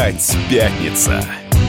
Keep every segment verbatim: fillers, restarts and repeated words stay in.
Опять пятница.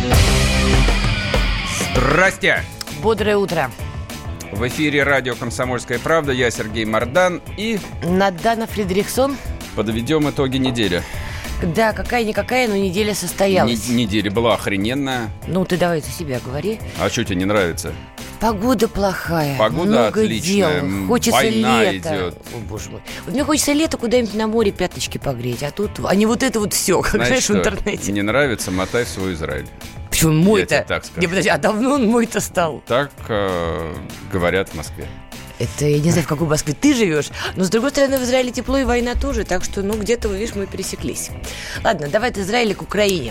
Здрасте! Бодрое утро. В эфире радио «Комсомольская правда». Я Сергей Мардан и... Надана Фридрихсон. Подведем итоги недели. Да, какая-никакая, но неделя состоялась. Н- неделя была охрененная. Ну, ты давай за себя говори. А что тебе не нравится? Погода плохая. Погода много отличная. Дел. Хочется Война лета. идет. О, боже мой. Вот мне хочется лето куда-нибудь на море пяточки погреть. А тут, а не вот это вот все, как Знаешь, знаешь, что? в интернете. Не нравится, мотай в свой Израиль. Почему он мой-то? Я тебе так скажу. Не, подожди, а давно он мой-то стал? Так э, говорят в Москве. Это я не знаю, в какой Москве ты живешь, но, с другой стороны, в Израиле тепло и война тоже, так что, ну, где-то, видишь, мы пересеклись. Ладно, давай от Израиля к Украине.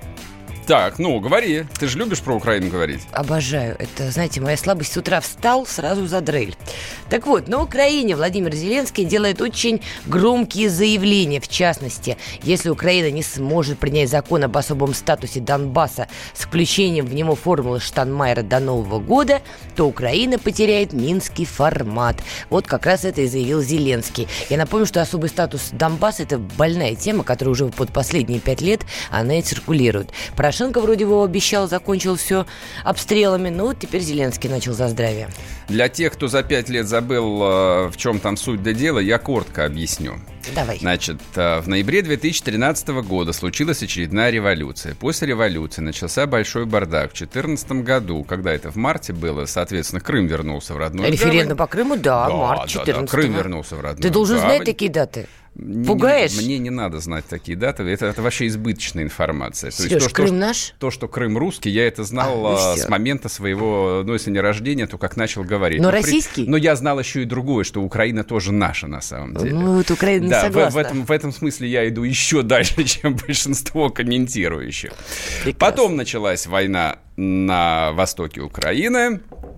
Так, ну, говори. Ты же любишь про Украину говорить? Обожаю. Это, знаете, моя слабость. С утра встал, сразу за дрель. Так вот, на Украине Владимир Зеленский делает очень громкие заявления. В частности, если Украина не сможет принять закон об особом статусе Донбасса с включением в него формулы Штайнмайера до Нового года, то Украина потеряет минский формат. Вот как раз это и заявил Зеленский. Я напомню, что особый статус Донбасса – это больная тема, которая уже под последние пять лет она и циркулирует. Порошенко вроде его обещал, закончил все обстрелами, но вот теперь Зеленский начал за здравие. Для тех, кто за пять лет забыл, в чем там суть до дела, я коротко объясню. Давай. Значит, в ноябре две тысячи тринадцатого года случилась очередная революция. После революции начался большой бардак. В две тысячи четырнадцатом году, когда это в марте было, соответственно, Крым вернулся в родной Референдум по Крыму, да, да, март да, четырнадцатого. да, Крым вернулся в родной. Ты должен гавань. знать такие даты. Не, Пугаешь? Не, мне не надо знать такие даты. Это, это вообще избыточная информация. Сереж, то есть, то, Крым что, наш? То, что Крым русский, я это знал а, ну а, все. с момента своего, ну, если не рождения, то как начал говорить. Но но российский? При, но я знал еще и другое, что Украина тоже наша на самом деле. Ну, вот Украина не да, согласна. В, в, этом, в этом смысле я иду еще дальше, чем большинство комментирующих. Прекрасно. Потом началась война на востоке Украины.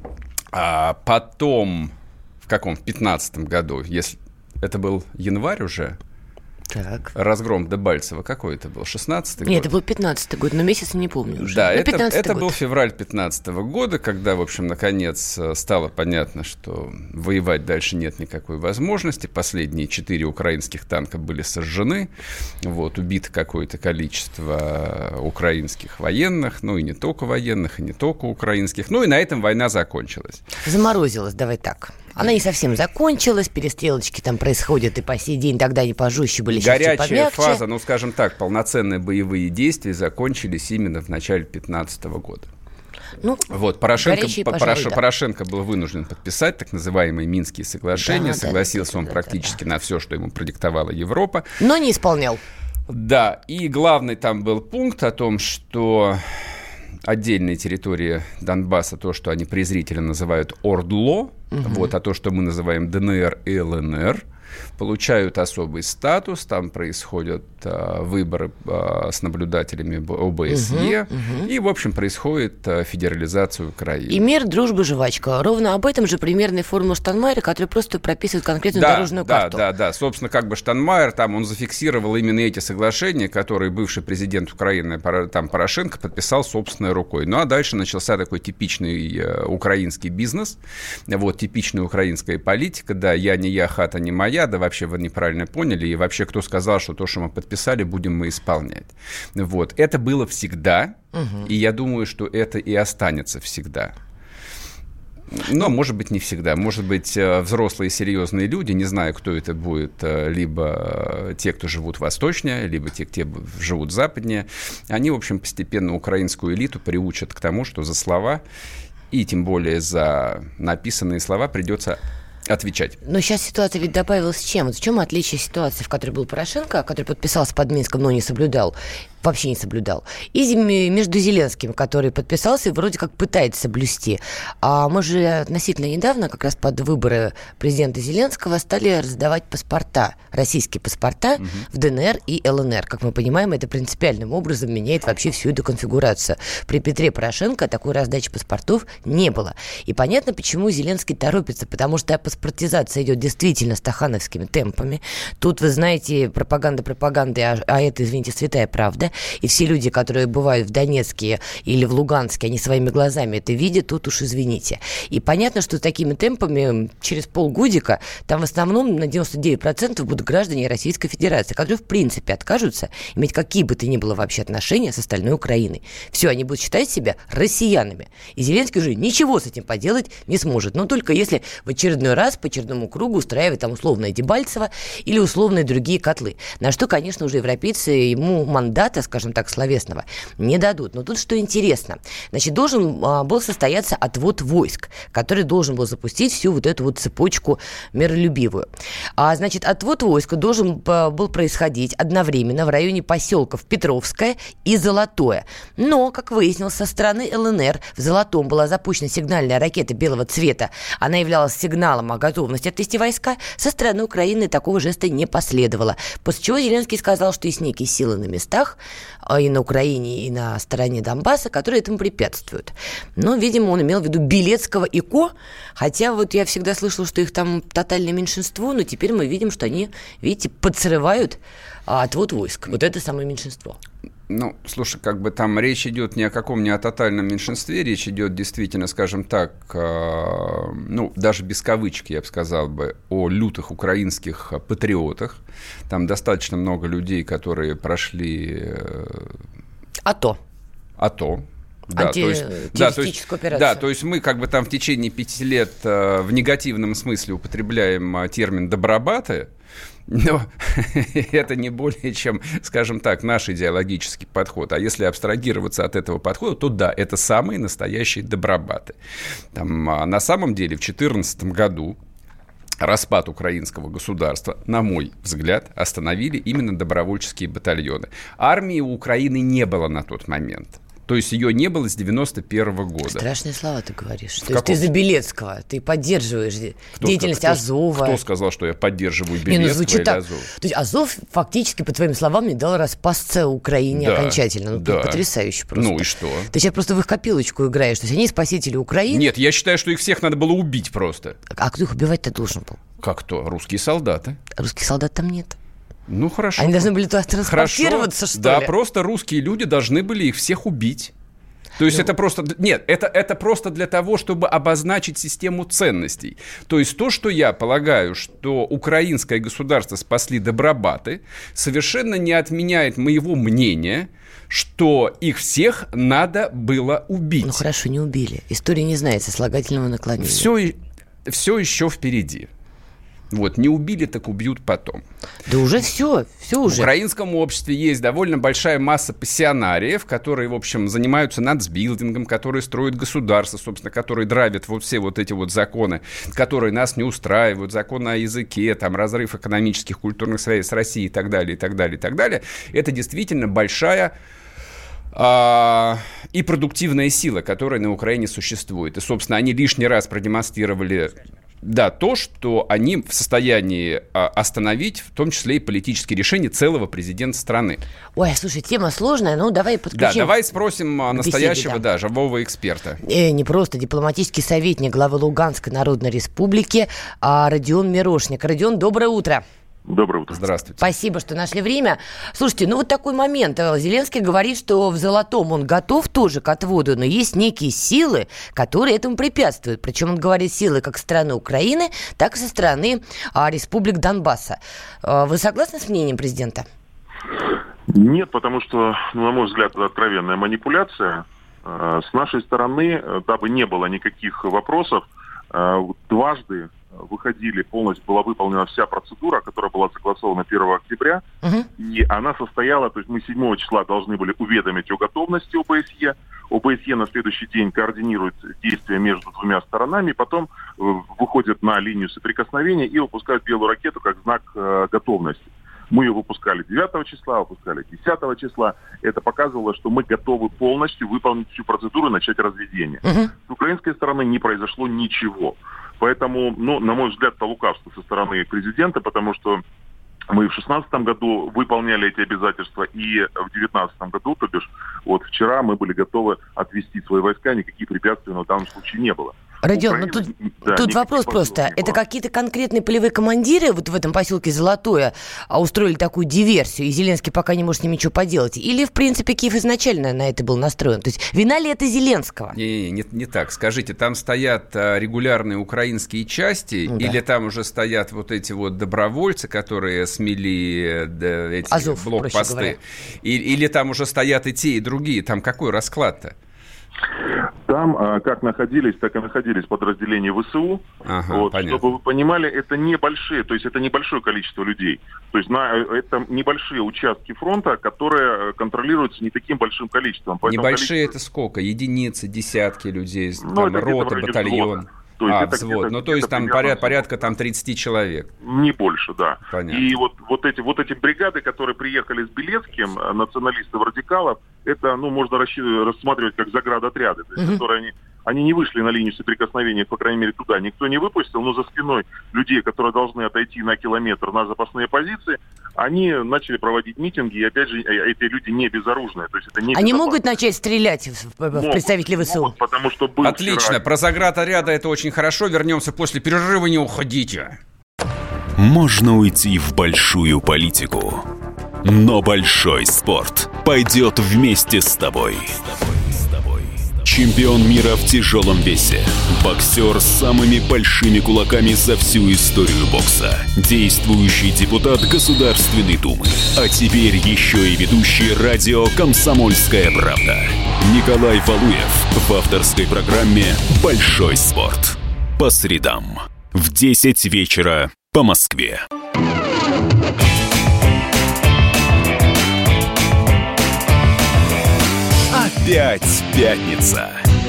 А потом, в каком? В пятнадцатом году, если... Это был январь уже? Так. Разгром Дебальцева. Какой это был? шестнадцатый год? Нет, это был пятнадцатый год, но месяц не помню уже. Да, ну, это, это год. был февраль пятнадцатого года, когда, в общем, наконец стало понятно, что воевать дальше нет никакой возможности. Последние четыре украинских танка были сожжены. Вот, убито какое-то количество украинских военных, ну и не только военных, и не только украинских. Ну и на этом война закончилась. Заморозилась, давай так. Она не совсем закончилась, перестрелочки там происходят и по сей день, тогда они пожестче были, сейчас чуть Горячая помягче. фаза, ну, скажем так, полноценные боевые действия закончились именно в начале пятнадцатого года. Ну, Вот, Порошенко, горячие, Порош, пожалуй, да. Порошенко был вынужден подписать так называемые Минские соглашения. Да, да, Согласился да, он да, практически да, на все, что ему продиктовала Европа. Но не исполнял. Да, и главный там был пункт о том, что отдельные территории Донбасса, то, что они презрительно называют ОРДЛО, угу. вот, а то, что мы называем ДНР и ЛНР, получают особый статус, там происходят а, выборы а, с наблюдателями ОБСЕ, угу, угу. и, в общем, происходит а, федерализация Украины. И мир, дружба, жвачка. Ровно об этом же примерная формула Штайнмайера, которая просто прописывает конкретную да, дорожную да, карту. Да, да, да. Собственно, как бы Штайнмайер, там он зафиксировал именно эти соглашения, которые бывший президент Украины, там, Порошенко, подписал собственной рукой. Ну, а дальше начался такой типичный э, украинский бизнес, вот, типичная украинская политика, да, я не я, хата не моя, да вообще вы неправильно поняли, и вообще кто сказал, что то, что мы подписали, будем мы исполнять. Вот. Это было всегда, угу. и я думаю, что это и останется всегда. Но, может быть, не всегда. Может быть, взрослые серьезные люди, не знаю, кто это будет, либо те, кто живут восточнее, либо те, кто живут западнее, они, в общем, постепенно украинскую элиту приучат к тому, что за слова, и тем более за написанные слова, придется отвечать. Но сейчас ситуация ведь добавилась с чем? Вот в чем отличие ситуации, в которой был Порошенко, который подписался под Минском, но не соблюдал, вообще не соблюдал, и между Зеленским, который подписался и вроде как пытается соблюсти. А мы же относительно недавно, как раз под выборы президента Зеленского, стали раздавать паспорта, российские паспорта угу. в ДНР и ЛНР. Как мы понимаем, это принципиальным образом меняет вообще всю эту конфигурацию. При Петре Порошенко такой раздачи паспортов не было. И понятно, почему Зеленский торопится, потому что паспортизация идет действительно стахановскими темпами. Тут, вы знаете, пропаганда пропаганды, а, а это, извините, святая правда. и все люди, которые бывают в Донецке или в Луганске, они своими глазами это видят, тут уж извините. И понятно, что такими темпами через полгодика там в основном на девяносто девять процентов будут граждане Российской Федерации, которые в принципе откажутся иметь какие бы то ни было вообще отношения с остальной Украиной. Все, они будут считать себя россиянами. И Зеленский уже ничего с этим поделать не сможет. Но только если в очередной раз по очередному кругу устраивать там условное Дебальцево или условные другие котлы. На что, конечно, уже европейцы ему мандата, скажем так, словесного не дадут. Но тут что интересно. Значит, должен а, был состояться отвод войск, который должен был запустить всю вот эту вот цепочку миролюбивую. А, значит, отвод войск должен был происходить одновременно в районе поселков Петровское и Золотое. Но, как выяснилось, со стороны ЛНР в Золотом была запущена сигнальная ракета белого цвета. Она являлась сигналом о готовности отвести войска. Со стороны Украины такого жеста не последовало. После чего Зеленский сказал, что есть некие силы на местах, и на Украине, и на стороне Донбасса, которые этому препятствуют. Но, видимо, он имел в виду Белецкого и Ко, хотя вот я всегда слышала, что их там тотальное меньшинство, но теперь мы видим, что они, видите, подсрывают отвод войск. Вот это самое меньшинство. Ну, слушай, как бы там речь идет ни о каком, ни о тотальном меньшинстве, речь идет действительно, скажем так, э, ну, даже без кавычек, я бы сказал бы, о лютых украинских патриотах. Там достаточно много людей, которые прошли... Э, АТО. АТО. Да, то есть, да, то есть, да, то есть мы как бы там в течение пяти лет э, в негативном смысле употребляем э, термин «добробаты», но это не более чем, скажем так, наш идеологический подход. А если абстрагироваться от этого подхода, то да, это самые настоящие добробаты. Там, на самом деле в две тысячи четырнадцатом году распад украинского государства, на мой взгляд, остановили именно добровольческие батальоны. Армии у Украины не было на тот момент. То есть ее не было с девяносто первого года. Страшные слова ты говоришь. В То есть ты за Белецкого, ты поддерживаешь кто, деятельность кто, Азова. Кто сказал, что я поддерживаю Белецкого не, ну, или так. Азов? То есть Азов фактически, по твоим словам, не дал распасться Украине да, окончательно. Ну, да. Потрясающе просто. Ну и что? Ты сейчас просто в их копилочку играешь. То есть они спасители Украины. Нет, я считаю, что их всех надо было убить просто. А кто их убивать-то должен был? Как кто? Русские солдаты. Русских солдат там нет. Ну, хорошо. Они должны были туда транспортироваться, что да, ли? Да, просто русские люди должны были их всех убить. То есть ну. это просто... Нет, это, это просто для того, чтобы обозначить систему ценностей. То есть то, что я полагаю, что украинское государство спасли добробаты, совершенно не отменяет моего мнения, что их всех надо было убить. Ну, хорошо, не убили. История не знает сослагательного наклонения. Все, все еще впереди. Вот, не убили, так убьют потом. Да уже все, все уже. В украинском обществе есть довольно большая масса пассионариев, которые, в общем, занимаются нацбилдингом, которые строят государство, собственно, которые драйвят вот все вот эти вот законы, которые нас не устраивают, законы о языке, там, разрыв экономических, культурных связей с Россией и так далее, и так далее, и так далее. Это действительно большая а, и продуктивная сила, которая на Украине существует. И, собственно, они лишний раз продемонстрировали... Да, то, что они в состоянии а, остановить, в том числе и политические решения целого президента страны. Ой, слушай, тема сложная, ну давай подключим. Да, давай спросим настоящего, беседе, да. да, живого эксперта. Э, не просто дипломатический советник главы Луганской Народной Республики, а Родион Мирошник. Родион, доброе утро. Доброе утро. Здравствуйте. Спасибо, что нашли время. Слушайте, ну вот такой момент. Зеленский говорит, что в Золотом он готов тоже к отводу, но есть некие силы, которые этому препятствуют. Причем он говорит силы как со стороны Украины, так и со стороны а, республик Донбасса. А, вы согласны с мнением президента? Нет, потому что, ну, на мой взгляд, это откровенная манипуляция. С нашей стороны, дабы не было никаких вопросов, дважды выходили, полностью была выполнена вся процедура, которая была согласована первого октября, uh-huh. и она состояла, то есть мы седьмого числа должны были уведомить о готовности ОБСЕ, ОБСЕ на следующий день координирует действия между двумя сторонами, потом выходят на линию соприкосновения и выпускают белую ракету как знак э, готовности. Мы ее выпускали девятого числа, выпускали десятого числа. Это показывало, что мы готовы полностью выполнить всю процедуру и начать разведение. Uh-huh. С украинской стороны не произошло ничего. Поэтому, ну, на мой взгляд, это лукавство со стороны президента, потому что мы в шестнадцатом году выполняли эти обязательства, и в девятнадцатом году, то бишь, вот вчера мы были готовы отвести свои войска, никаких препятствий на данном случае не было. Родион, ну тут, да, тут вопрос просто. Это какие-то конкретные полевые командиры вот в этом поселке Золотое устроили такую диверсию, и Зеленский пока не может с ними ничего поделать? Или, в принципе, Киев изначально на это был настроен? То есть вина ли это Зеленского? Не, не, не так. Скажите, там стоят регулярные украинские части, ну, или да. там уже стоят вот эти вот добровольцы, которые смели да, эти Азов, блокпосты? И, или там уже стоят и те, и другие? Там какой расклад-то? Там как находились, так и находились подразделения ВСУ. Ага, вот, чтобы вы понимали, это небольшие, то есть это небольшое количество людей. То есть на, это небольшие участки фронта, которые контролируются не таким большим количеством. Небольшие количество... это сколько? Единицы, десятки людей, ну, там, рота, батальон? То есть а, это взвод. Ну, то есть там поряд, порядка там тридцать человек. Не больше, да. Понятно. И вот, вот, эти, вот эти бригады, которые приехали с Белецким, националистов, радикалов, это, ну, можно расщ- рассматривать как заградотряды, то есть, mm-hmm. которые они, они не вышли на линию соприкосновения, по крайней мере, туда. Никто не выпустил, но за спиной людей, которые должны отойти на километр на запасные позиции, они начали проводить митинги, и, опять же, эти люди не безоружные. То есть это не они могут начать стрелять в, в могут, представителей ВСУ? Могут, потому что был Отлично, вчера... про заградотряды это очень хорошо. Вернемся после перерыва, не уходите. Можно уйти в большую политику, но большой спорт пойдет вместе с тобой. Чемпион мира в тяжелом весе. Боксер с самыми большими кулаками за всю историю бокса. Действующий депутат Государственной Думы. А теперь еще и ведущий радио «Комсомольская правда». Николай Валуев в авторской программе «Большой спорт». По средам в десять вечера по Москве. Опять пятница.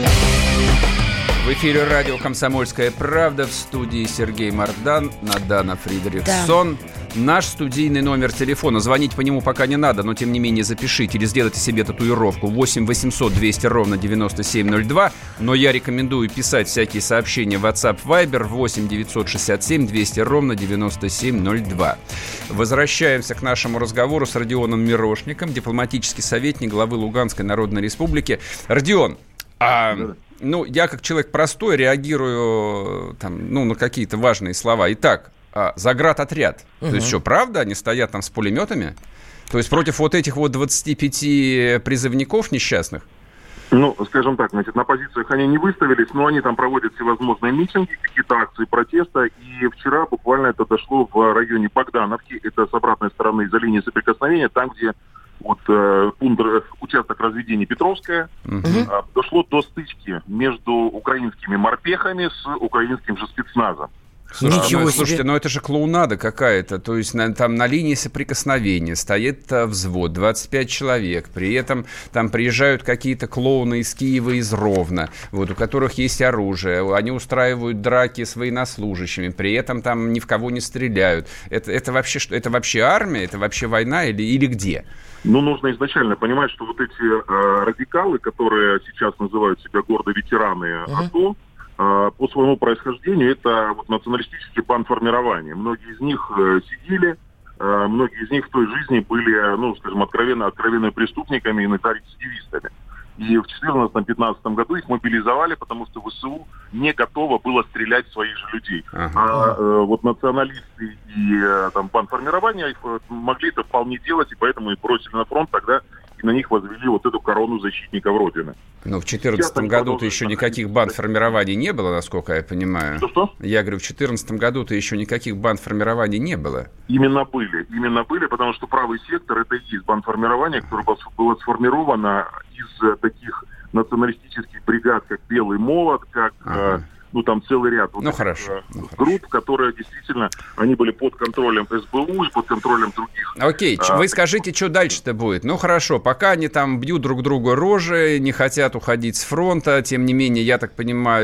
В эфире радио «Комсомольская правда», в студии Сергей Мардан, Надана Фридрихсон. Да. Наш студийный номер телефона. Звонить по нему пока не надо, но тем не менее запишите или сделайте себе татуировку. восемь восемьсот двести ровно девяносто семь ноль два. Но я рекомендую писать всякие сообщения в WhatsApp, Viber восемь девятьсот шестьдесят семь двести ровно девяносто семь ноль два. Возвращаемся к нашему разговору с Родионом Мирошником, дипломатический советник главы Луганской Народной Республики. Родион, а... Ну, я как человек простой реагирую там, ну, на какие-то важные слова. Итак, а, заградотряд. Угу. То есть что, правда, они стоят там с пулеметами? То есть против вот этих вот двадцати пяти призывников несчастных? Ну, скажем так, значит, на позициях они не выставились, но они там проводят всевозможные митинги, какие-то акции протеста. И вчера буквально это дошло в районе Богдановки, это с обратной стороны из-за линии соприкосновения, там, где вот э, пункт, участок разведения Петровская, угу. э, дошло до стычки между украинскими морпехами с украинским же спецназом. Слушайте, ну, слушайте, ну это же клоунада какая-то. То есть на, там на линии соприкосновения стоит а, взвод, двадцать пять человек. При этом там приезжают какие-то клоуны из Киева, из Ровно, вот, у которых есть оружие. Они устраивают драки с военнослужащими. При этом там ни в кого не стреляют. Это, это, вообще, это вообще армия? Это вообще война или, или где? Ну, нужно изначально понимать, что вот эти э, радикалы, которые сейчас называют себя гордо ветераны uh-huh. АТО, э, по своему происхождению это вот националистические бандформирования. Многие из них э, сидели, э, многие из них в той жизни были, ну, скажем, откровенно, откровенными преступниками, иногда рецидивистами. И в четырнадцатом-пятнадцатом году их мобилизовали, потому что ВСУ не готово было стрелять в своих же людей. Ага. А э, вот националисты и э, там бандформирования могли это вполне делать, и поэтому их бросили на фронт тогда, и на них возвели вот эту корону защитников Родины. Ну, в четырнадцатом году-то еще никаких бандформирований не было, насколько я понимаю. Что-что? Я говорю, в четырнадцатом году-то еще никаких бандформирований не было. Именно были. Именно были, потому что правый сектор — это и есть бандформирование, которое было сформировано из таких националистических бригад, как «Белый молот», как... Ага. Ну, там целый ряд вот ну, этих, хорошо. э, ну, групп, хорошо. которые действительно, они были под контролем СБУ и под контролем других. Окей, а, вы скажите, что дальше-то будет? Ну, хорошо, пока они там бьют друг другу рожи, не хотят уходить с фронта, тем не менее, я так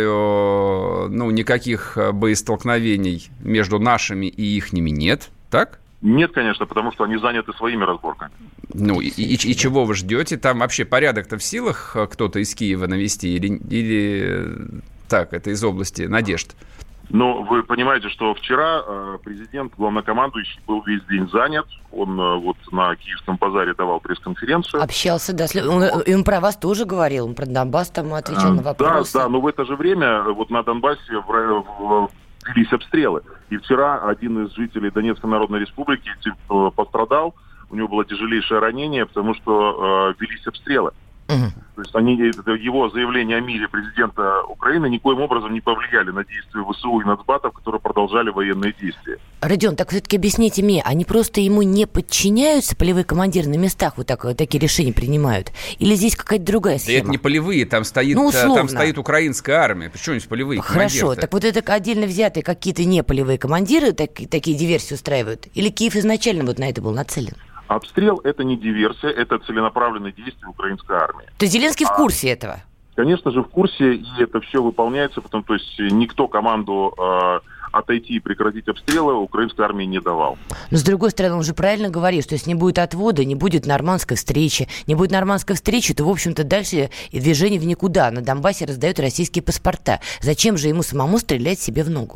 понимаю, ну, никаких боестолкновений между нашими и ихними нет, так? Нет, конечно, потому что они заняты своими разборками. Ну, и, и, и чего вы ждете? Там вообще порядок-то в силах кто-то из Киева навести или... или... Так, это из области надежд. Но вы понимаете, что вчера э, президент, главнокомандующий, был весь день занят. Он э, вот на Киевском базаре давал пресс-конференцию. Общался, да. Он, он про вас тоже говорил, он про Донбасс там отвечал на вопросы. Да, да, но в это же время вот на Донбассе в, в, велись обстрелы. И вчера один из жителей Донецкой Народной Республики типа, пострадал. У него было тяжелейшее ранение, потому что э, велись обстрелы. Угу. То есть они, его заявление о мире президента Украины никоим образом не повлияли на действия ВСУ и нацбатов, которые продолжали военные действия. Родион, так все-таки объясните мне, они просто ему не подчиняются, полевые командиры на местах вот, так, вот такие решения принимают? Или здесь какая-то другая схема? Да это не полевые, там стоит, ну, там стоит украинская армия. Почему здесь полевые командиры? Хорошо, так вот это отдельно взятые какие-то не полевые командиры так, такие диверсии устраивают? Или Киев изначально вот на это был нацелен? Обстрел – это не диверсия, это целенаправленные действия украинской армии. То есть Зеленский а, в курсе этого? Конечно же, в курсе, и это все выполняется, потому то есть никто команду э, отойти и прекратить обстрелы украинской армии не давал. Но, с другой стороны, он же правильно говорит, что если не будет отвода, не будет нормандской встречи. Не будет нормандской встречи, то, в общем-то, дальше и движение в никуда. На Донбассе раздают российские паспорта. Зачем же ему самому стрелять себе в ногу?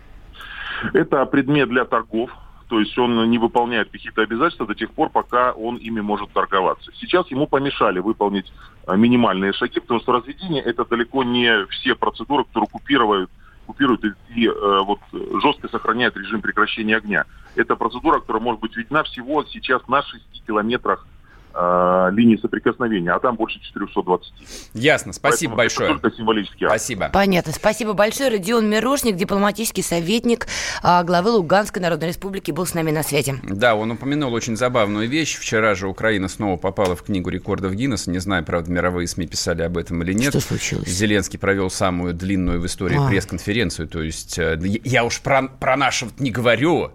Это предмет для торгов. То есть он не выполняет какие-то обязательства до тех пор, пока он ими может торговаться. Сейчас ему помешали выполнить минимальные шаги, потому что разведение – это далеко не все процедуры, которые купируют, купируют и, и э, вот, жестко сохраняют режим прекращения огня. Это процедура, которая может быть введена всего сейчас на шести километрах э, линии соприкосновения, а там больше четыреста двадцать. Ясно, спасибо Поэтому большое. Это только символический акт. Спасибо. Понятно, спасибо большое. Родион Мирошник, дипломатический советник а, главы Луганской Народной Республики, был с нами на связи. Да, он упомянул очень забавную вещь. Вчера же Украина снова попала в книгу рекордов Гиннесса. Не знаю, правда, мировые СМИ писали об этом или нет. Что случилось? Зеленский провел самую длинную в истории а. пресс-конференцию. То есть я уж про, про нашего не говорю.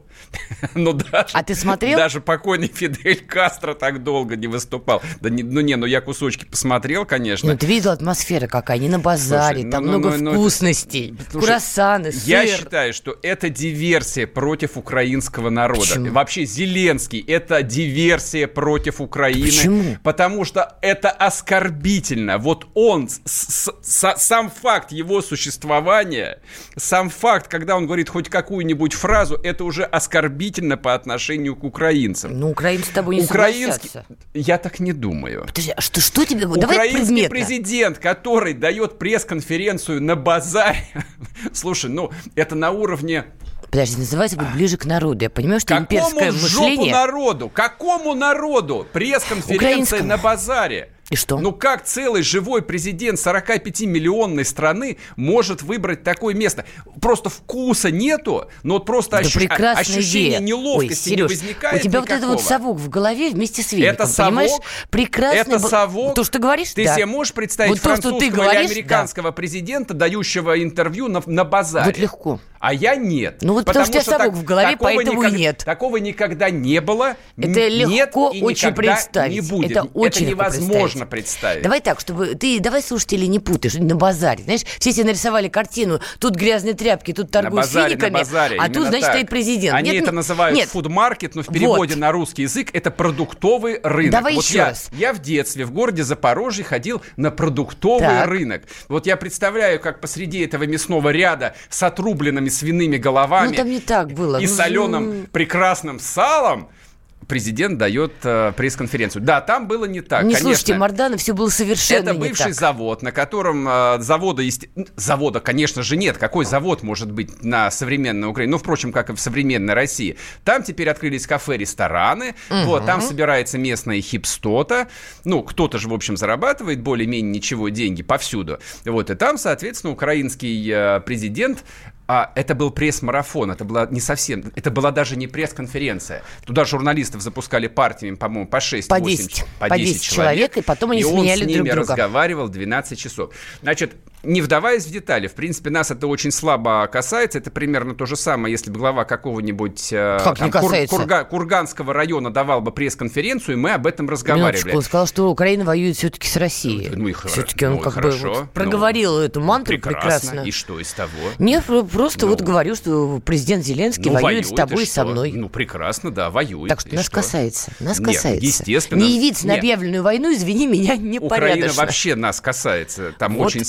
Но даже, а ты смотрел? Даже покойный Фидель Кастро так долго не выступал. Да не, ну не, ну я кусочки посмотрел, конечно. Ну ты видел атмосфера какая, не на базаре, Слушай, там ну, много ну, вкусностей, ну, круассаны, сыр. Я считаю, что это диверсия против украинского народа. Почему? Вообще Зеленский – это диверсия против Украины. Почему? Потому что это оскорбительно. Вот он, с, с, с, сам факт его существования, сам факт, когда он говорит хоть какую-нибудь фразу, это уже оскорбительно. Оскорбительно по отношению к украинцам. Ну, украинцы с тобой не Украинский... согласятся. Я так не думаю. Подожди, а что, что тебе... Украинский президент, который дает пресс-конференцию на базаре... Слушай, ну, это на уровне... Подожди, называется будет ближе к народу. Я понимаю, что имперское мышление... Какому жопу народу? Какому народу? Пресс-конференция на базаре. И что? Ну как целый живой президент сорокапятимиллионной страны может выбрать такое место? Просто вкуса нету, но вот просто да ощу... ощущение идея. неловкости Ой, Сереж, не возникает у тебя никакого. Вот этот вот совок в голове вместе с веником, это совок, понимаешь? Прекрасный это был... совок. То, что ты говоришь, Ты да. себе можешь представить вот французского то, что ты или говоришь, американского да. президента, дающего интервью на, на базаре? Вот легко. А я нет. Ну вот потому, потому что у тебя совок так, в голове, поэтому никак, и нет. Такого никогда не было. Это легко нет, и очень представить. Не будет. Это очень это невозможно представить. представить. Давай так, чтобы ты, давай слушатели не путаешь на базаре. Знаешь, все себе нарисовали картину. Тут грязные тряпки, тут торгуют финиками, базаре, а тут, значит, так. стоит президент. Они нет, это называют нет. фудмаркет, но в переводе вот. на русский язык это продуктовый рынок. Давай вот еще я, раз. Я в детстве в городе Запорожье ходил на продуктовый так. рынок. Вот я представляю, как посреди этого мясного ряда с отрубленными свиными головами. Ну, там не так было. И ну, соленым прекрасным салом президент дает э, пресс-конференцию. Да, там было не так, не конечно. слушайте Мардана, все было совершенно Это не бывший так. завод, на котором э, завода... Есть... Завода, конечно же, нет. Какой завод может быть на современной Украине? Ну, впрочем, как и в современной России. Там теперь открылись кафе, рестораны. Угу. Вот, там собирается местная хипстота. Ну, кто-то же, в общем, зарабатывает более-менее ничего деньги повсюду. Вот, и там, соответственно, украинский э, президент... А это был пресс-марафон, это была не совсем, это была даже не пресс-конференция. Туда журналистов запускали партиями, по-моему, по шесть-восемь, по десять, по по десять человек, человек, и потом они и сменяли друг друга. И он с ними друг друга. разговаривал двенадцать часов. Значит, не вдаваясь в детали, в принципе, нас это очень слабо касается. Это примерно то же самое, если бы глава какого-нибудь как там, не касается? Кур- Курга- Курганского района давал бы пресс-конференцию, и мы об этом разговаривали. Минуточку, он сказал, что Украина воюет все-таки с Россией. Ну, и все-таки он ну, как хорошо, бы вот проговорил ну, эту мантру прекрасно. прекрасно. И что из того? Нет, просто ну, вот говорю, что президент Зеленский ну, воюет, воюет с тобой и что? со мной. Ну, прекрасно, да, воюет. Так что нас что? касается. Нас Нет, касается. Естественно. Не явиться на объявленную войну, извини меня, непорядочно. Украина вообще нас касается. Там вот. очень сильно. Поэтому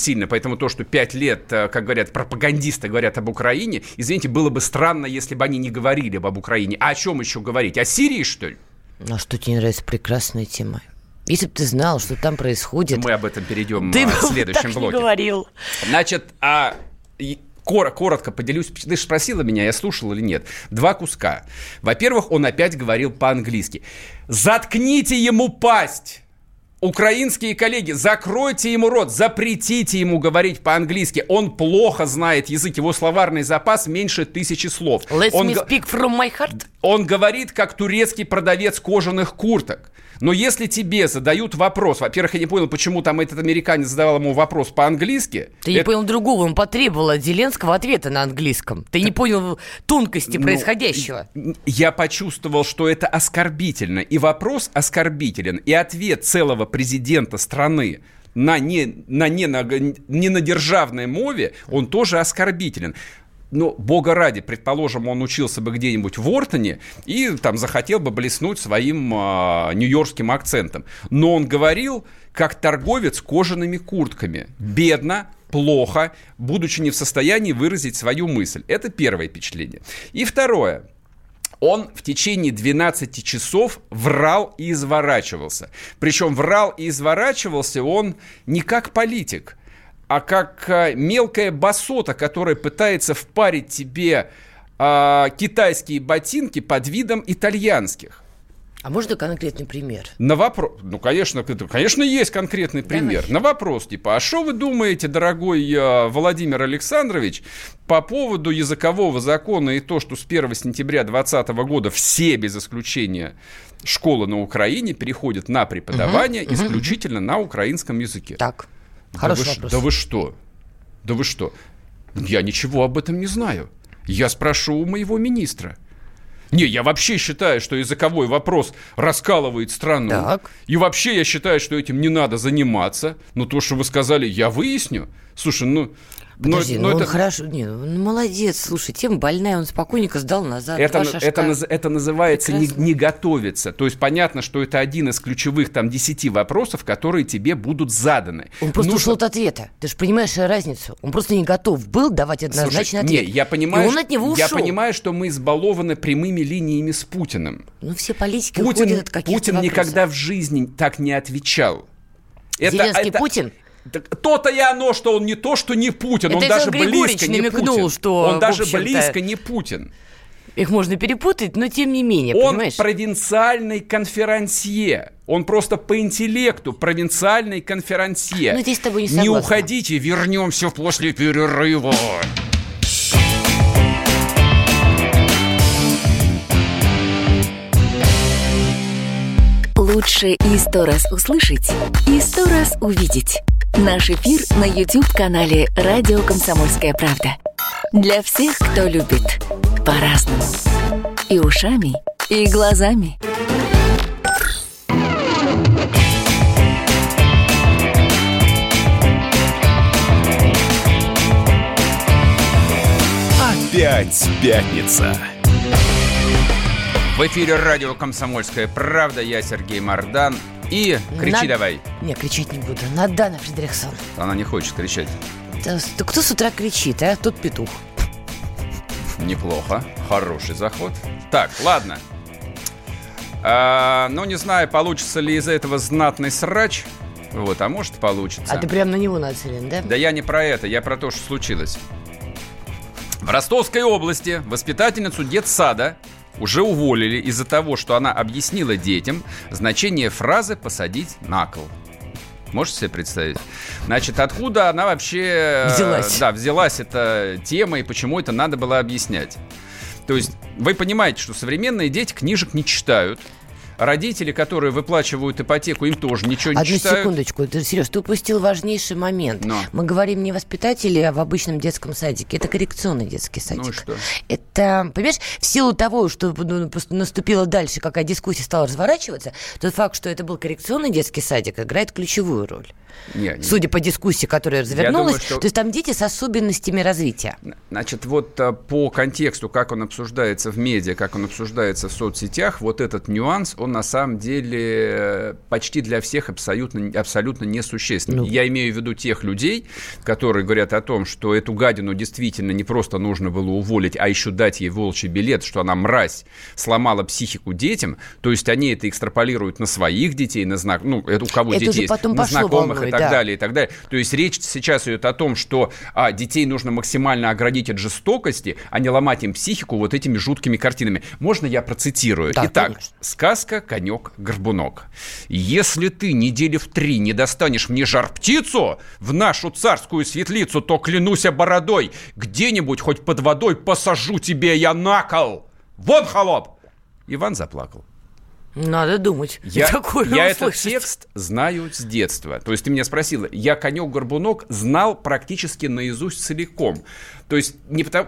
Поэтому то, что пять лет, как говорят, пропагандисты говорят об Украине, извините, было бы странно, если бы они не говорили об Украине. А о чем еще говорить? О Сирии, что ли? А что тебе не нравится? Прекрасная тема. Если бы ты знал, что там происходит... Мы об этом перейдем ты в следующем так блоке. Не говорил. Значит, а... коротко поделюсь. Ты же спросила меня, я слушал или нет. Два куска. Во-первых, он опять говорил по-английски. Заткните ему пасть! Украинские коллеги, закройте ему рот, запретите ему говорить по-английски. Он плохо знает язык, его словарный запас меньше тысячи слов. Let он me г... speak from my heart. Он говорит, как турецкий продавец кожаных курток. Но если тебе задают вопрос, во-первых, я не понял, почему там этот американец задавал ему вопрос по-английски. Ты это... не понял другого, он потребовал от Зеленского ответа на английском. Ты так... не понял тонкости ну, происходящего. Я почувствовал, что это оскорбительно. И вопрос оскорбителен, и ответ целого президента страны на не на, не на, не на державной мове, он тоже оскорбителен. Ну, бога ради, предположим, он учился бы где-нибудь в Уортоне и там захотел бы блеснуть своим э, нью-йоркским акцентом. Но он говорил, как торговец кожаными куртками. Бедно, плохо, будучи не в состоянии выразить свою мысль. Это первое впечатление. И второе. Он в течение двенадцати часов врал и изворачивался. Причем врал и изворачивался он не как политик, а как а, мелкая басота, которая пытается впарить тебе а, китайские ботинки под видом итальянских. А можно конкретный пример? На вопрос, ну, конечно, конечно, есть конкретный пример. Давай. На вопрос, типа, а что вы думаете, дорогой а, Владимир Александрович, по поводу языкового закона и то, что с первого сентября двадцатого года все, без исключения, школы на Украине переходят на преподавание угу, исключительно угу. на украинском языке? Так. Да Хороший вы, вопрос. Да вы что? Да вы что? Я ничего об этом не знаю. Я спрошу у моего министра. Не, я вообще считаю, что языковой вопрос раскалывает страну. Так. И вообще я считаю, что этим не надо заниматься. Но то, что вы сказали, я выясню. Слушай, ну... Подожди, но, ну но он это... хорошо, не, ну молодец, слушай, тема больная, он спокойненько сдал назад. Это, это, это называется не, не готовиться. То есть понятно, что это один из ключевых там десяти вопросов, которые тебе будут заданы. Он просто Нужно... ушел от ответа. Ты же понимаешь разницу. Он просто не готов был давать однозначный Слушай, ответ. Не, я понимаю, и он от него ушел. Я понимаю, что мы избалованы прямыми линиями с Путиным. Ну все политики Путин, уходят от каких-то Путин вопросов. никогда в жизни так не отвечал. Зеленский это, Путин? Так, то-то и оно, что он не то, что не Путин. Это он даже Григорьевич близко не намекнул, Путин. Что, он даже в близко не Путин. Их можно перепутать, но тем не менее, он понимаешь? провинциальный конферансье. Он просто по интеллекту провинциальный конферансье. Ну, здесь с тобой не согласна. Не уходите, вернемся после перерыва. Лучше и сто раз услышать, и сто раз увидеть. Наш эфир на YouTube-канале «Радио Комсомольская правда». Для всех, кто любит по-разному. И ушами, и глазами. Опять пятница. В эфире радио «Комсомольская правда». Я Сергей Мордан. И кричи На... давай. Не, кричать не буду. Надана Фридрихсон. Она не хочет кричать. Да, кто с утра кричит, а? Тот петух. Неплохо. Хороший заход. Так, ладно. А, ну, не знаю, получится ли из этого знатный срач. Вот, а может, получится. А ты прям на него нацелен, да? Да я не про это, я про то, что случилось. В Ростовской области воспитательницу детсада уже уволили из-за того, что она объяснила детям значение фразы «посадить на кол». Можете себе представить? Значит, откуда она вообще... Взялась. Да, взялась эта тема, и почему это надо было объяснять. То есть вы понимаете, что современные дети книжек не читают. Родители, которые выплачивают ипотеку, им тоже ничего не Одну читают. Одну секундочку, ты, Сереж, ты упустил важнейший момент. Но. Мы говорим не воспитатели, а в обычном детском садике. Это коррекционный детский садик. Ну и что? Это, понимаешь, в силу того, что ну, просто наступила дальше, какая дискуссия стала разворачиваться, тот факт, что это был коррекционный детский садик, играет ключевую роль. Не, не. Судя по дискуссии, которая развернулась, думаю, что... то есть там дети с особенностями развития. Значит, вот по контексту, как он обсуждается в медиа, как он обсуждается в соцсетях, вот этот нюанс, он на самом деле почти для всех абсолютно, абсолютно несущественен. Ну. Я имею в виду тех людей, которые говорят о том, что эту гадину действительно не просто нужно было уволить, а еще дать ей волчий билет, что она, мразь, сломала психику детям. То есть они это экстраполируют на своих детей, на знак, ну, это у кого это дети есть, на знакомых волной, и так да. далее, и так далее. То есть речь сейчас идет о том, что а, детей нужно максимально оградить от жестокости, а не ломать им психику вот этими жуткими картинами. Можно я процитирую? Да, Итак, конечно. сказка «Конек-горбунок». «Если ты недели в три не достанешь мне жар-птицу в нашу царскую светлицу, то, клянусь бородой, где-нибудь хоть под водой посажу тебе я на кол! Вон, холоп!» Иван заплакал. Надо думать. Я, такое я этот услышать. текст знаю с детства. То есть ты меня спросила, я «Конек-горбунок» знал практически наизусть целиком. То есть не потому...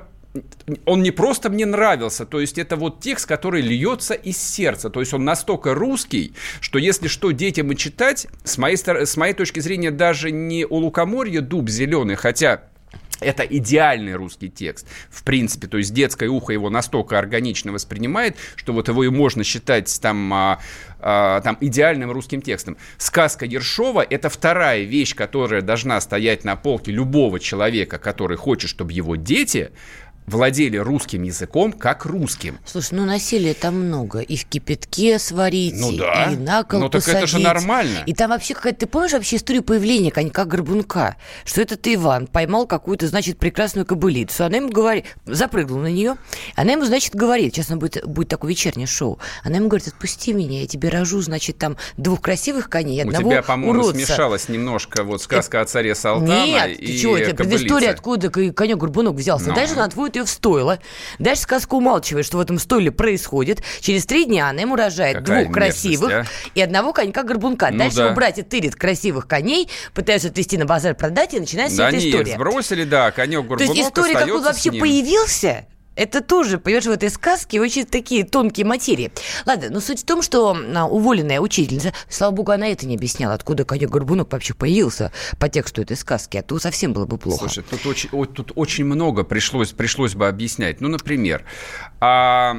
Он не просто мне нравился, то есть это вот текст, который льется из сердца, то есть он настолько русский, что если что детям и читать, с моей, с моей точки зрения, даже не «У лукоморья дуб зеленый», хотя это идеальный русский текст, в принципе, то есть детское ухо его настолько органично воспринимает, что вот его и можно считать там, а, а, там идеальным русским текстом. Сказка Ершова – это вторая вещь, которая должна стоять на полке любого человека, который хочет, чтобы его дети владели русским языком как русским. Слушай, ну насилия там много. И в кипятке сварить, ну, да. и на кол ну, так посадить. Это же нормально. И там вообще какая-то... Ты помнишь вообще историю появления конька-горбунка? Что этот Иван поймал какую-то, значит, прекрасную кобылицу. Она ему говорит... Запрыгнул на нее. Она ему, значит, говорит... Сейчас будет, будет такое вечернее шоу. Она ему говорит: отпусти меня, я тебе рожу, значит, там двух красивых коней, одного уродца. У тебя, по-моему, уродца. Смешалась немножко вот сказка о царе Салтана. Нет, и ты чего, это предыстория, откуда конек-горбунок взялся. Но. Дальше она отводит ее в стойло. Дальше сказка умалчивает, что в этом стойле происходит. Через три дня она ему рожает Какая двух красивых а? и одного конька-горбунка. Ну, Дальше да. его братья тырят красивых коней, пытаются отвезти на базар продать, и начинается да вся эта нет, история. сбросили, да, конек-горбунок. То есть история, как он вообще появился... Это тоже, понимаешь, в этой сказке очень такие тонкие материи. Ладно, но суть в том, что уволенная учительница, слава богу, она это не объясняла, откуда конек-горбунок вообще появился по тексту этой сказки, а то совсем было бы плохо. Слушай, тут очень, тут очень много пришлось, пришлось бы объяснять. Ну, например, а...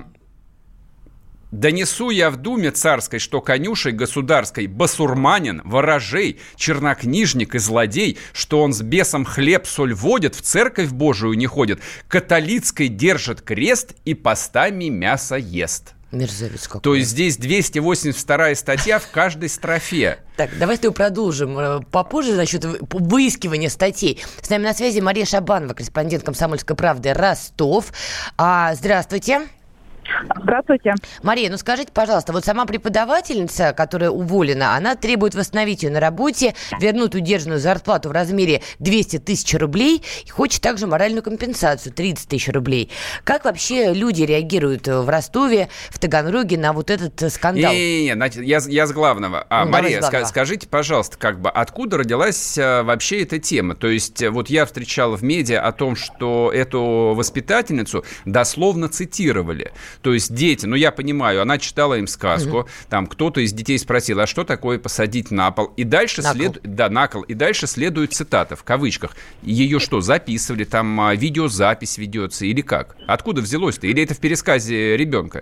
«Донесу я в думе царской, что конюшей государской басурманин, ворожей, чернокнижник и злодей, что он с бесом хлеб-соль водит, в церковь Божию не ходит, католицкой держит крест и постами мясо ест». Мерзавец какой. То есть здесь двести восемьдесят вторая статья в каждой строфе. Так, давай ты продолжим попозже насчет выискивания статей. С нами на связи Мария Шабанова, корреспондент «Комсомольской правды» Ростов. А, здравствуйте. Здравствуйте. Мария, ну скажите, пожалуйста, вот сама преподавательница, которая уволена, она требует восстановить ее на работе, вернуть удержанную зарплату в размере двести тысяч рублей и хочет также моральную компенсацию тридцать тысяч рублей. Как вообще люди реагируют в Ростове, в Таганроге на вот этот скандал? Не-не-не, я, я с главного. А, ну, Мария, ска- скажите, пожалуйста, как бы откуда родилась а, вообще эта тема? То есть вот я встречал в медиа о том, что эту воспитательницу дословно цитировали. То есть дети, ну я понимаю, она читала им сказку, угу. там кто-то из детей спросил, а что такое посадить на пол? И дальше следует, да, на кол, и дальше следует цитата в кавычках. Ее что, записывали, там видеозапись ведется или как? Откуда взялось-то? Или это в пересказе ребенка?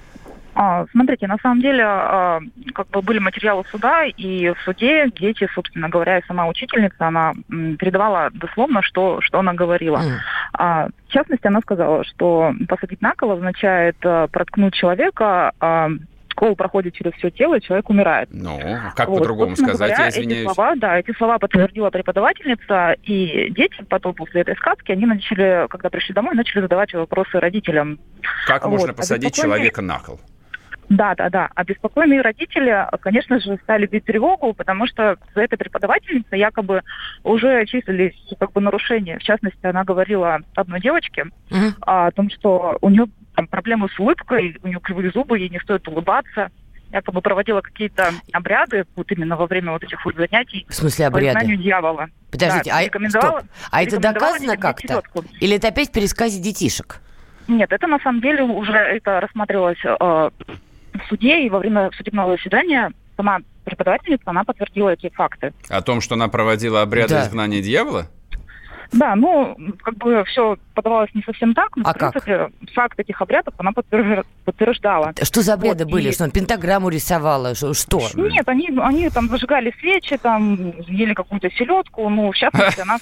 А, смотрите, на самом деле, а, как бы были материалы суда, и в суде дети, собственно говоря, и сама учительница, она м, передавала дословно, что, что она говорила. Mm. А, в частности, она сказала, что посадить на кол означает а, проткнуть человека, а, кол проходит через все тело, и человек умирает. Ну, как вот, по-другому сказать, говоря, я извиняюсь. Эти слова, да, эти слова подтвердила преподавательница, и дети потом после этой сказки, они начали, когда пришли домой, начали задавать вопросы родителям. Как вот. можно посадить человека на кол? Да, да, да. Обеспокоенные родители, конечно же, стали бить тревогу, потому что за этой преподавательницей якобы уже числились как бы нарушения. В частности, она говорила одной девочке uh-huh. о том, что у нее там проблемы с улыбкой, у нее кривые зубы, ей не стоит улыбаться. Якобы проводила какие-то обряды вот именно во время вот этих вот занятий. В смысле обряды? По изгнанию дьявола. Подождите, да, а, стоп. а это доказано как-то? Или это опять в пересказе детишек? Нет, это на самом деле уже это рассматривалось э, в суде, и во время судебного заседания сама преподавательница, она подтвердила эти факты. О том, что она проводила обряды да. изгнания дьявола? Да, ну, как бы все подавалось не совсем так, но, А в принципе, как? факт этих обрядов она подтверждала. Что за обряды вот, были? И... Что, пентаграмму рисовала? Что? Нет, они, они там зажигали свечи, там ели какую-то селедку, ну, в частности, она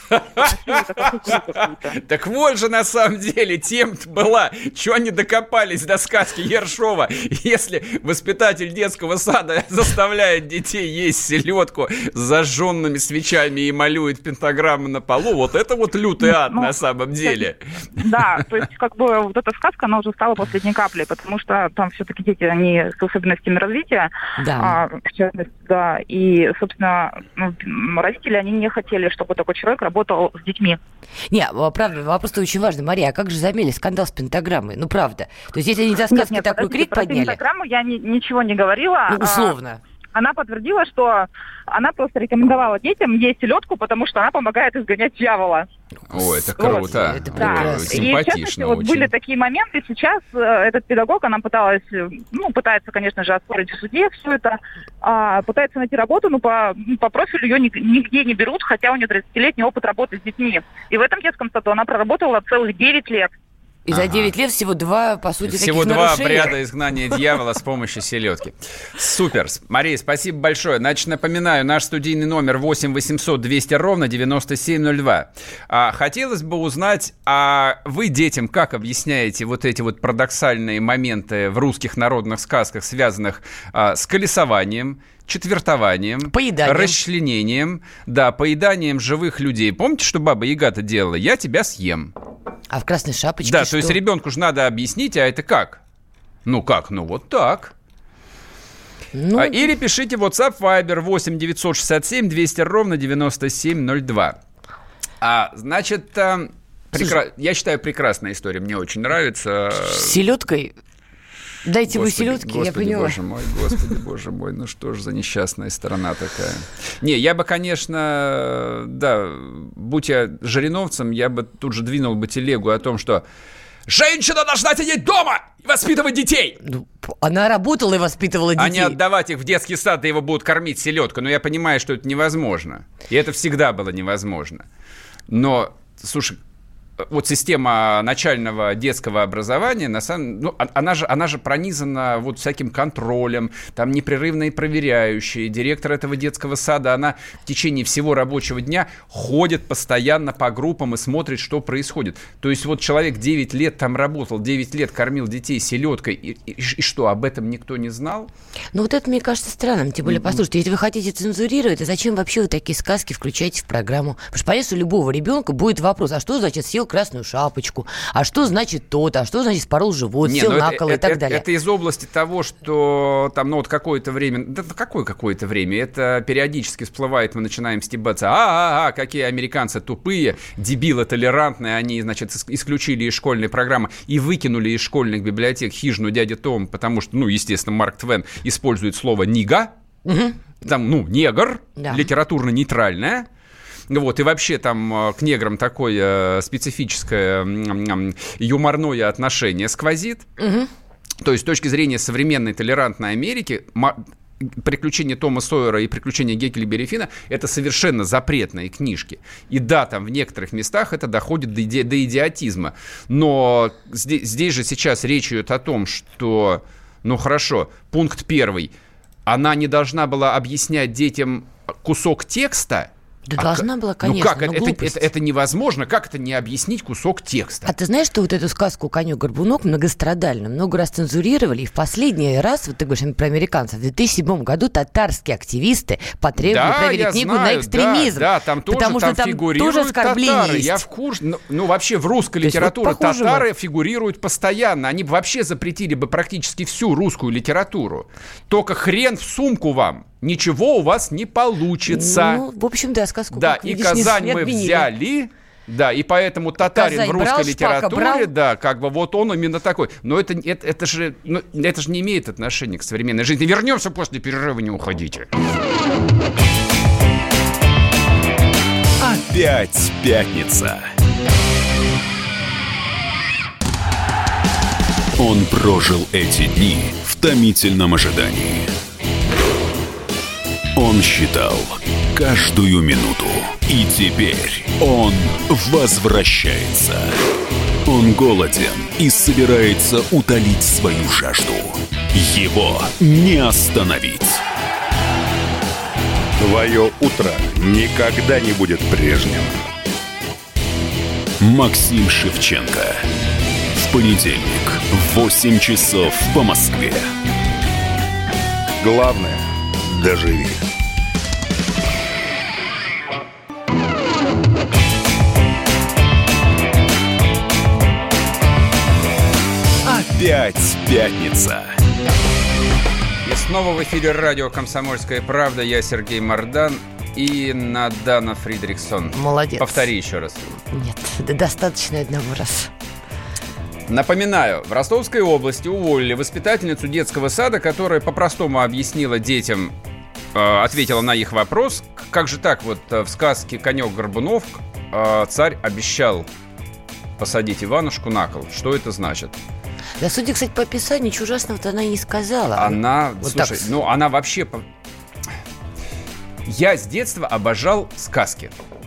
Так вот же, на самом деле, тем-то была. Чего они докопались до сказки Ершова, если воспитатель детского сада заставляет детей есть селедку с зажженными свечами и малюет пентаграммы на полу, вот это вот лютый ад ну, на самом деле. Да, то есть как бы вот эта сказка, она уже стала последней каплей, потому что там все-таки дети, они с особенностями развития, да. а, в частности, да, и, собственно, ну, родители, они не хотели, чтобы такой человек работал с детьми. Не, правда, вопрос-то очень важный. Мария, а как же замели скандал с пентаграммой? Ну, правда. То есть если они за сказки нет, нет, такой крик про подняли... пентаграмму я ни, ничего не говорила. Ну, условно. А... Она подтвердила, что она просто рекомендовала детям есть селедку, потому что она помогает изгонять дьявола. О, это круто. Вот. Это да. Симпатично и, очень. Вот были такие моменты. Сейчас э, этот педагог, она пыталась, ну, пытается, конечно же, оспорить в суде все это, а, пытается найти работу, но по, по профилю ее нигде не берут, хотя у нее тридцатилетний опыт работы с детьми. И в этом детском саду она проработала целых девять лет. И ага. за девять лет всего два, по сути, всего таких два нарушений. обряда изгнания дьявола с помощью селедки. Супер. Мария, спасибо большое. Значит, напоминаю, наш студийный номер восемь восемьсот двести ровно девяносто семь ноль два. А, хотелось бы узнать, а вы детям как объясняете вот эти вот парадоксальные моменты в русских народных сказках, связанных а, с колесованием, четвертованием, поеданием. расчленением, да, поеданием живых людей. Помните, что Баба Яга-то делала? Я тебя съем. А в красной шапочке Да, что? то есть ребенку же надо объяснить, а это как? Ну как? Ну вот так. Ну... А, или пишите WhatsApp, Viber восемь девятьсот шестьдесят семь двести ровно девяносто семь ноль два. А, значит, а, прекра... я считаю, прекрасная история, мне очень нравится. С селедкой? Дайте вы селедки, господи, я поняла. Боже мой, господи, боже мой, ну что ж за несчастная сторона такая. Не, я бы, конечно, да, будь я жириновцем, я бы тут же двинул бы телегу о том, что женщина должна сидеть дома и воспитывать детей. Ну, она работала и воспитывала детей. А не отдавать их в детский сад, да его будут кормить селедкой. Но я понимаю, что это невозможно. И это всегда было невозможно. Но, слушай, вот система начального детского образования, на самом, ну, она же, она же пронизана вот всяким контролем, там непрерывные проверяющие. Директор этого детского сада, она в течение всего рабочего дня ходит постоянно по группам и смотрит, что происходит. То есть вот человек девять лет там работал, девять лет кормил детей селедкой, и, и, и что, об этом никто не знал? Ну вот это, мне кажется, странным. Тем более, mm-hmm. послушайте, если вы хотите цензурировать, а зачем вообще вы такие сказки включаете в программу? Потому что, понятно, у любого ребенка будет вопрос, а что значит съел красную шапочку, а что значит то-то, а что значит спорол живот, Не, сел ну на это, кол и это, так это, далее. Это из области того, что там, ну вот какое-то время, да какое какое-то время, это периодически всплывает, мы начинаем стебаться, а-а-а, какие американцы тупые, дебилы толерантные, они, значит, исключили из школьной программы и выкинули из школьных библиотек хижину дяди Том, потому что, ну, естественно, Марк Твен использует слово «нига», угу. там, ну, негр, да. литературно-нейтральное. Вот, и вообще там к неграм такое специфическое юморное отношение сквозит. Угу. То есть с точки зрения современной толерантной Америки «Приключения Тома Сойера» и «Приключения Гекльберри Финна» — это совершенно запретные книжки. И да, там в некоторых местах это доходит до, иди- до идиотизма. Но здесь, здесь же сейчас речь идет о том, что, ну хорошо, пункт первый, она не должна была объяснять детям кусок текста. Да а должна к... была, конечно, ну как, это, это, это, это невозможно. Как это не объяснить кусок текста? А ты знаешь, что вот эту сказку «Конек-горбунок» многострадальную много раз цензурировали, и в последний раз, вот ты говоришь про американцев, в две тысячи седьмом году татарские активисты потребовали да, проверить книгу знаю, на экстремизм. Да, да, там тоже, потому там что там фигурируют тоже оскорбления татары. есть. Я в курсе. Ну, ну, вообще в русской То литературе вот татары вот. фигурируют постоянно. Они бы вообще запретили бы практически всю русскую литературу. Только хрен в сумку вам. Ничего у вас не получится. Ну, в общем, да, сказку. Да, как, и видишь, Казань не, не мы отменили. взяли. Да, и поэтому татарин Казань в русской брал, литературе, брал. да, как бы вот он именно такой. Но это, это, это, же, ну, это же не имеет отношения к современной жизни. Вернемся после перерыва, не уходите. Опять пятница. Он прожил эти дни в томительном ожидании. Он считал каждую минуту. И теперь он возвращается. Он голоден и собирается утолить свою жажду. Его не остановить. Твое утро никогда не будет прежним. Максим Шевченко. В понедельник в восемь часов по Москве. Главное – доживи. Опять пятница. И снова в эфире радио «Комсомольская правда». Я Сергей Мордан и Надана Фридрихсон. Молодец. Повтори еще раз. Нет, да достаточно одного раза. Напоминаю, в Ростовской области уволили воспитательницу детского сада, которая по-простому объяснила детям, э, ответила на их вопрос, как же так вот в сказке «Конек-горбунок» э, царь обещал посадить Иванушку на кол. Что это значит? Да, судя, кстати, по описанию, ничего ужасного-то она и не сказала. Она, вот слушай, так. ну она вообще... Я с детства обожал сказки.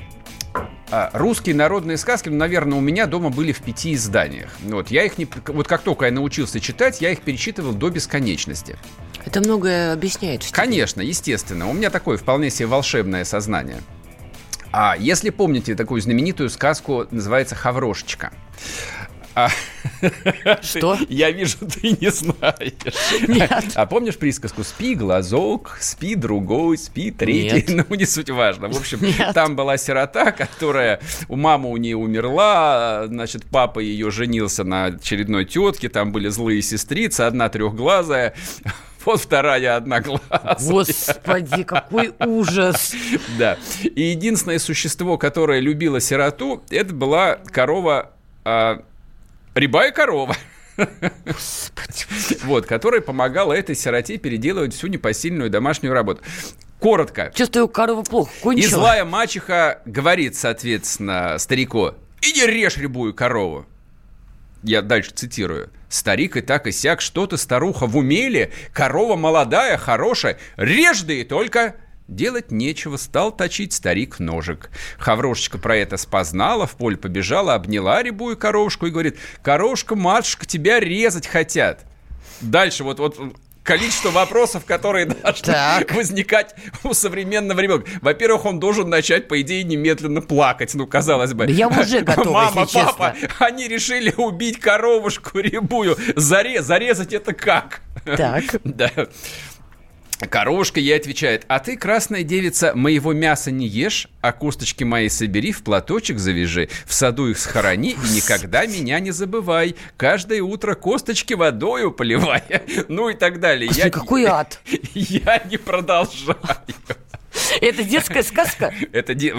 Русские народные сказки, ну, наверное, у меня дома были в пяти изданиях. Вот, я их не... вот как только я научился читать, я их перечитывал до бесконечности. Это многое объясняет. Что Конечно, естественно. У меня такое вполне себе волшебное сознание. А если помните такую знаменитую сказку, называется «Хаврошечка». А... Что? Ты, я вижу, ты не знаешь. Нет. А помнишь присказку «Спи, глазок, спи, другой, спи, третий»? Нет. Ну, не суть важно. В общем, Нет. там была сирота, которая... У мамы у нее умерла, значит, папа ее женился на очередной тетке, там были злые сестрицы, одна трехглазая, вот вторая одноглазая. Господи, какой ужас. Да. И единственное существо, которое любило сироту, это была корова... А, рябая корова. Господи. Вот, которая помогала этой сироте переделывать всю непосильную домашнюю работу. Коротко. Чувствую, корова плохо кончила. И злая мачеха говорит, соответственно, старику: иди режь рябую корову. Я дальше цитирую. Старик и так и сяк, что-то старуха в умеле, корова молодая, хорошая, режь да и только... Делать нечего, стал точить старик ножик. Хаврошечка про это спознала, в поле побежала, обняла рябую коровушку и говорит: коровушка, матушка, тебя резать хотят. Дальше вот, вот количество вопросов, которые должны так. возникать у современного ребенка. Во-первых, он должен начать, по идее, немедленно плакать. Ну, казалось бы. Да я уже готова, Мама, если папа, честно. они решили убить коровушку рябую. Зарез, зарезать это как? Так. Да. Коровушка ей отвечает: а ты, красная девица, моего мяса не ешь, а косточки мои собери, в платочек завяжи, в саду их схорони и никогда меня не забывай. Каждое утро косточки водою поливай. Ну и так далее. Господи, я, какой ад. Я не продолжаю. Это детская сказка? Это де...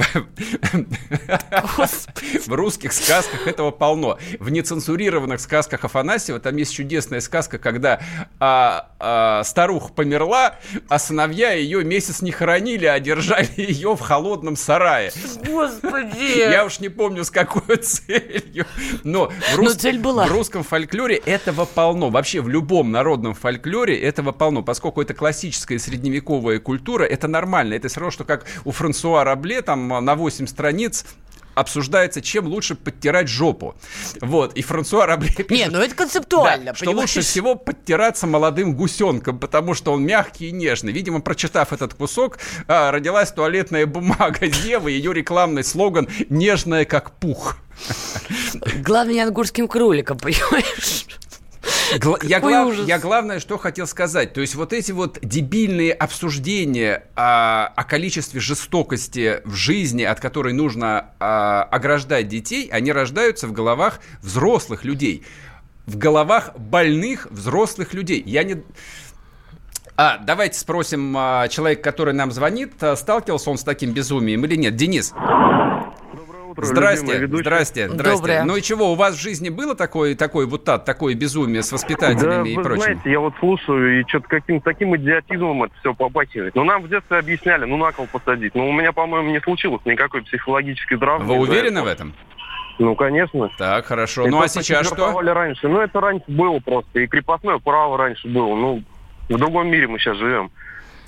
В русских сказках этого полно. В нецензурированных сказках Афанасьева там есть чудесная сказка, когда а, а, старуха померла, а сыновья ее месяц не хоронили, а держали ее в холодном сарае. Господи! Я уж не помню, с какой целью. Но в, рус... Но цель была. В русском фольклоре этого полно. Вообще в любом народном фольклоре этого полно. Поскольку это классическая средневековая культура, это нормально. Это все равно, что как у Франсуа Рабле там на восемь страниц обсуждается, чем лучше подтирать жопу. Вот. И Франсуа Рабле пишет... Не, ну это концептуально, Да, что понимаешь? лучше всего подтираться молодым гусенком, потому что он мягкий и нежный. Видимо, прочитав этот кусок, родилась туалетная бумага Зевы, ее рекламный слоган «Нежная, как пух». Главное, не ангорским кроликом, понимаешь? Гла- я, Какой глав- ужас. я главное, что хотел сказать. То есть вот эти вот дебильные обсуждения о, о количестве жестокости в жизни, от которой нужно а, ограждать детей, они рождаются в головах взрослых людей. В головах больных взрослых людей. Я не... А, давайте спросим а, человека, который нам звонит, а, сталкивался он с таким безумием или нет. Денис. Здрасте, здрасте, здрасте. Доброе. Ну и чего, у вас в жизни было такое, такое вот так, такое безумие с воспитателями да, и вы прочим? знаете, я вот слушаю, и что-то каким-то таким идиотизмом это все побахивает. Ну, нам в детстве объясняли, ну, на кол посадить. Но у меня, по-моему, не случилось никакой психологической травмы. Вы уверены в этом? Ну, конечно. Так, хорошо. И Ну, а то, сейчас что? четвертовали раньше. Ну, это раньше было просто. И крепостное право раньше было. Ну, в другом мире мы сейчас живем.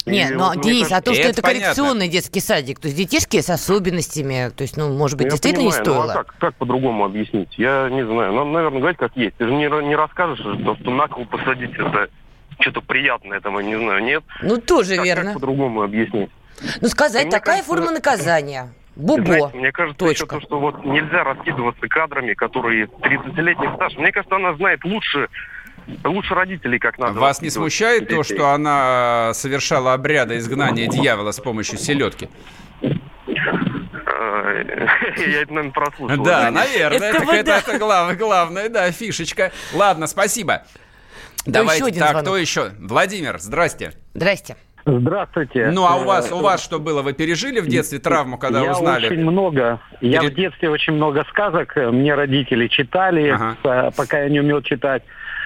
Нет, И ну, вот, Денис, кажется, а то, что это это понятно. коррекционный детский садик, то есть детишки с особенностями, то есть, ну, может быть, я действительно понимаю, не стоило? Ну, а как, как по-другому объяснить? Я не знаю. Нам, наверное, говорить как есть. Ты же не, не расскажешь, что, что на кол посадить это что-то приятное, там, я не знаю, нет? Ну, тоже Как, верно. как по-другому объяснить? Ну, сказать, Мне такая кажется, форма наказания. Бубо. Знаете, мне кажется, Точка. еще то, что вот нельзя раскидываться кадрами, которые тридцатилетний стаж. Мне кажется, она знает лучше, лучше родителей, как надо. Вас не воспитывать смущает то, детей. что она совершала обряды изгнания дьявола с помощью селедки? Я это, наверное, прослушал. Да, наверное. Это Так вот это, да. это глав- главная, да, фишечка. Ладно, спасибо. Давайте, еще один так, звонок. кто еще? Владимир, здрасте. Здрасте. Здравствуйте. Ну, а у вас, у вас что было? Вы пережили в детстве травму, когда я узнали? очень много. Я Перед- в детстве очень много сказок мне родители читали, Ага. э, пока я не умел читать.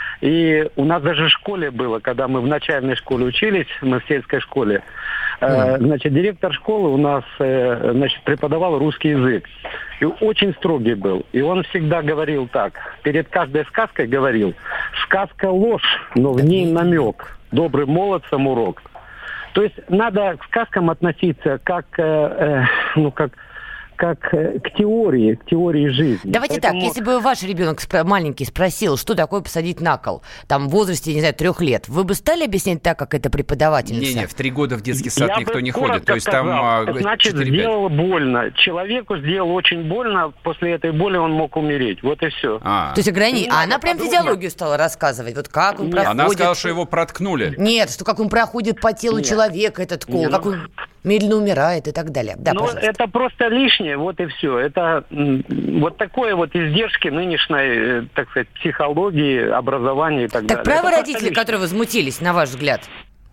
И у нас даже в школе было, когда мы в начальной школе учились, мы в сельской школе, э, значит, директор школы у нас, э, значит, преподавал русский язык. И очень строгий был. И он всегда говорил так, перед каждой сказкой говорил: сказка ложь, но в ней намек, добрым молодцам урок. То есть надо к сказкам относиться как, э, э, ну, как, как э, к теории, к теории жизни. Давайте Поэтому- так, если бы ваш ребенок спро- маленький спросил, что такое посадить на кол, там, в возрасте, не знаю, трех лет, вы бы стали объяснять так, как это преподавательница? Не-не, в три года в детский сад Я никто бы не коротко ходит. То есть там сказал, а, значит, четыре-пять. сделал больно. Человеку сделал очень больно, после этой боли он мог умереть. Вот и все. А. То есть ограни... Не А надо она прям подробно. физиологию стала рассказывать, вот как он Нет. проходит. Она сказала, что его проткнули. Нет, что как он проходит по телу Нет. человека, этот кол, Нет. как он медленно умирает и так далее. Да, Но пожалуйста. это просто лишнее, вот и все. Это м, вот такое вот издержки нынешней, э, так сказать, психологии, образования и так, Так далее. правы Это просто родители, лишнее. которые возмутились, на ваш взгляд?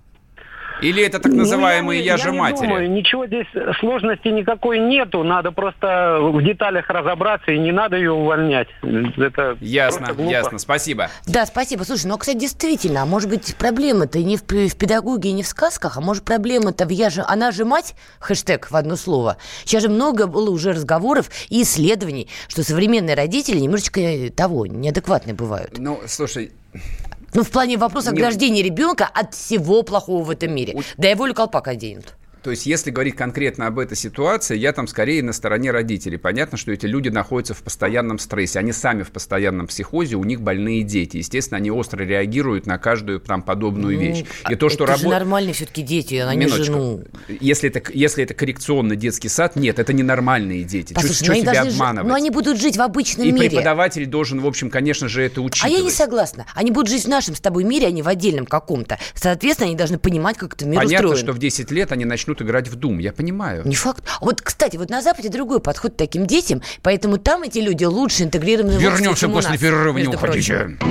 Или это так Ну, называемые я, я, не- же я не матери? думаю, ничего здесь сложности никакой нету. Надо просто в деталях разобраться, и не надо ее увольнять. Это Ясно, просто глупо. ясно, спасибо. Да, спасибо. Слушай, ну, кстати, действительно, а может быть, проблема-то не в, п- в педагогике, не в сказках, а может, проблема-то в «я же, она же мать», хэштег в одно слово. Сейчас же много было уже разговоров и исследований, что современные родители немножечко э, того, неадекватные бывают. Ну, слушай, Ну, в плане вопроса Не- ограждения ребенка от всего плохого в этом мире. У- Да его ли колпак оденут. то есть, если говорить конкретно об этой ситуации, я там скорее на стороне родителей. Понятно, что эти люди находятся в постоянном стрессе. Они сами в постоянном психозе, у них больные дети. Естественно, они остро реагируют на каждую там подобную вещь. И то, что Ну, это же работ- нормальные все-таки дети, они же, Минуточку. ну... Если это, если это коррекционный детский сад, нет, это ненормальные дети. Чё- Послушай, чё ну, они себя должны жи- обманывать? ну, они будут жить в обычном И мире. преподаватель должен, в общем, конечно же, это А учитывать. я не согласна. Они будут жить в нашем с тобой мире, а не в отдельном каком-то. Соответственно, они должны понимать, как это мир Понятно, устроен. что в десять лет они начнут играть в Doom, я понимаю. Не факт. Вот, кстати, вот на Западе другой подход к таким детям, поэтому там эти люди лучше интегрированы в общество, Вернемся чем у после нас, перерыва, не между прочим. уходите.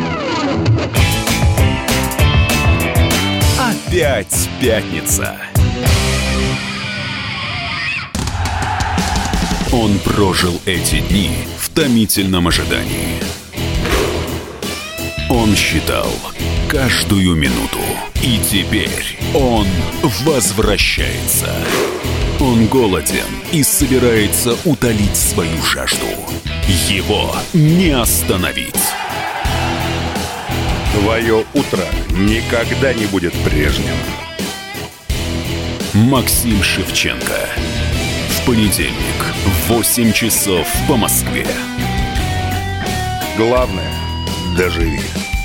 Опять пятница. Он прожил эти дни в томительном ожидании. Он считал каждую минуту. И теперь он возвращается. Он голоден и собирается утолить свою жажду. Его не остановить. Твое утро никогда не будет прежним. Максим Шевченко. В понедельник в восемь часов по Москве. Главное – доживи.